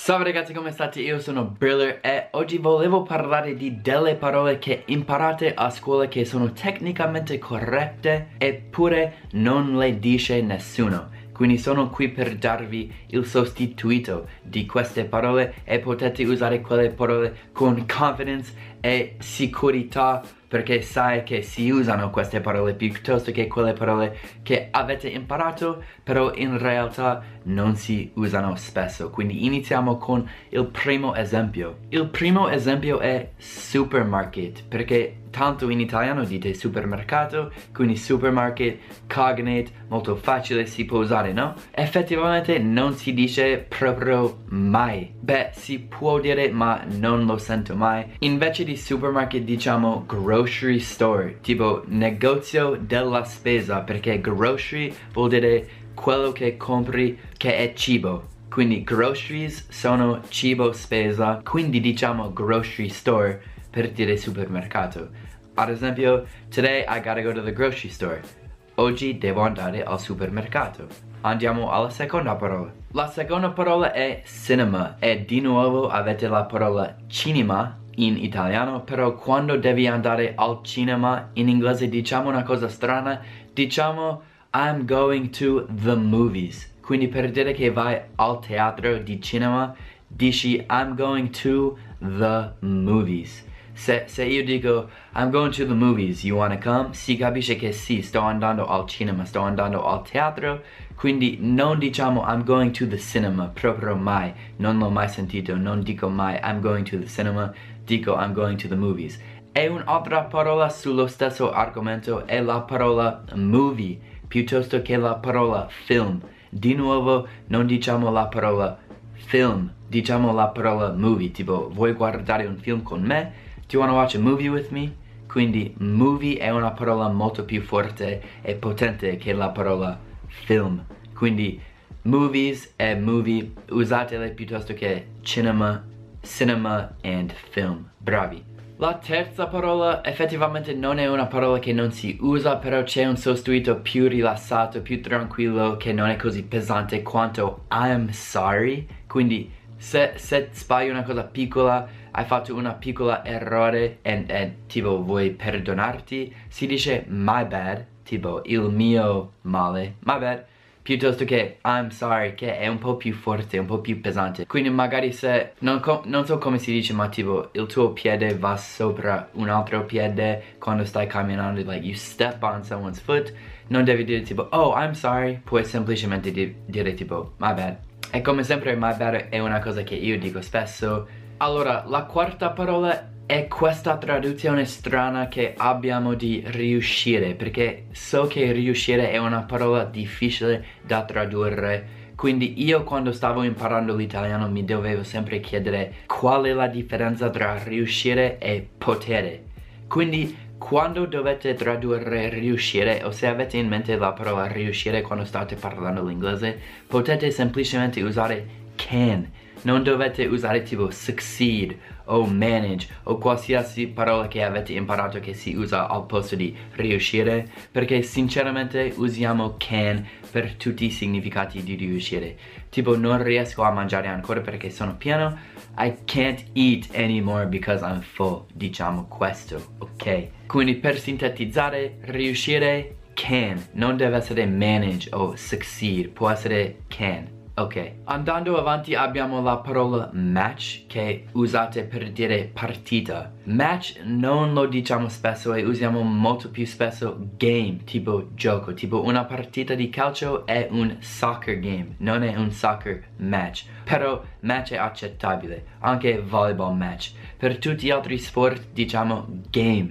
Ciao ragazzi, come state? Io sono Briller e oggi volevo parlare di delle parole che imparate a scuola che sono tecnicamente corrette eppure non le dice nessuno. Quindi sono qui per darvi il sostituito di queste parole e potete usare quelle parole con confidence e sicurezza, perché sai che si usano queste parole piuttosto che quelle parole che avete imparato però in realtà non si usano spesso. Quindi iniziamo con il primo esempio. Il primo esempio è supermarket, perché tanto in italiano dite supermercato, quindi supermarket, cognate, molto facile, si può usare, no? Effettivamente non si dice proprio mai. Beh, si può dire ma non lo sento mai. Invece di supermarket diciamo grocery store, tipo negozio della spesa, perché grocery vuol dire quello che compri che è cibo. Quindi groceries sono cibo, spesa, quindi diciamo grocery store per dire supermercato. Ad esempio, today I gotta go to the grocery store. Oggi devo andare al supermercato. Andiamo alla seconda parola. La seconda parola è cinema e di nuovo avete la parola cinema in italiano, però quando devi andare al cinema in inglese diciamo una cosa strana, diciamo I'm going to the movies. Quindi per dire che vai al teatro di cinema dici I'm going to the movies. Se io dico I'm going to the movies, you wanna come? Si capisce che sì, sto andando al cinema, sto andando al teatro. Quindi non diciamo I'm going to the cinema, proprio mai. Non l'ho mai sentito, non dico mai I'm going to the cinema, dico I'm going to the movies. E un'altra parola sullo stesso argomento è la parola movie, piuttosto che la parola film. Di nuovo non diciamo la parola film, diciamo la parola movie, tipo vuoi guardare un film con me? Do you want to watch a movie with me? Quindi movie è una parola molto più forte e potente che la parola film. Quindi movies e movie usatele piuttosto che cinema, cinema and film. Bravi. La terza parola effettivamente non è una parola che non si usa, però c'è un sostituito più rilassato, più tranquillo, che non è così pesante quanto I'm sorry. Quindi se sbagli una cosa piccola, hai fatto una piccola errore e tipo vuoi perdonarti, si dice my bad, tipo il mio male, my bad, piuttosto che I'm sorry, che è un po' più forte, un po' più pesante. Quindi magari se, non so come si dice, ma tipo il tuo piede va sopra un altro piede quando stai camminando, like you step on someone's foot, non devi dire tipo oh I'm sorry, puoi semplicemente dire tipo my bad. E come sempre my bad è una cosa che io dico spesso. Allora, la quarta parola è questa traduzione strana che abbiamo di riuscire, perché so che riuscire è una parola difficile da tradurre. Quindi io quando stavo imparando l'italiano mi dovevo sempre chiedere qual è la differenza tra riuscire e potere. Quindi quando dovete tradurre riuscire, o se avete in mente la parola riuscire quando state parlando l'inglese, potete semplicemente usare can. Non dovete usare tipo succeed o manage o qualsiasi parola che avete imparato che si usa al posto di riuscire, perché sinceramente usiamo can per tutti i significati di riuscire. Tipo non riesco a mangiare ancora perché sono pieno, I can't eat anymore because I'm full, diciamo questo, ok? Quindi per sintetizzare, riuscire can, non deve essere manage o succeed, può essere can. Ok, andando avanti abbiamo la parola match che usate per dire partita. Match non lo diciamo spesso e usiamo molto più spesso game, tipo gioco. Tipo una partita di calcio è un soccer game, non è un soccer match. Però match è accettabile, anche volleyball match. Per tutti gli altri sport diciamo game,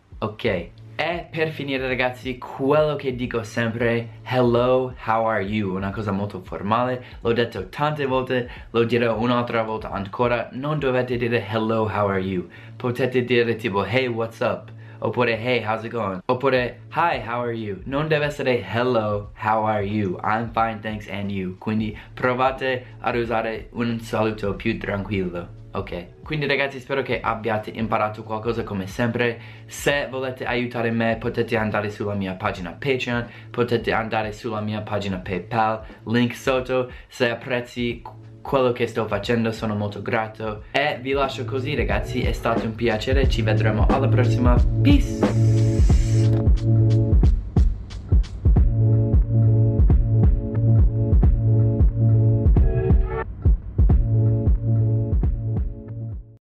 ok? E per finire ragazzi, quello che dico sempre, hello, how are you? Una cosa molto formale, l'ho detto tante volte, lo dirò un'altra volta ancora, non dovete dire hello, how are you? Potete dire tipo hey, what's up? Oppure hey, how's it going? Oppure hi, how are you? Non deve essere hello, how are you? I'm fine, thanks, and you. Quindi provate ad usare un saluto più tranquillo. Ok, quindi ragazzi spero che abbiate imparato qualcosa come sempre. Se volete aiutare me potete andare sulla mia pagina Patreon, potete andare sulla mia pagina PayPal, link sotto. Se apprezzi quello che sto facendo, sono molto grato. E vi lascio così ragazzi, è stato un piacere, ci vedremo alla prossima. Peace!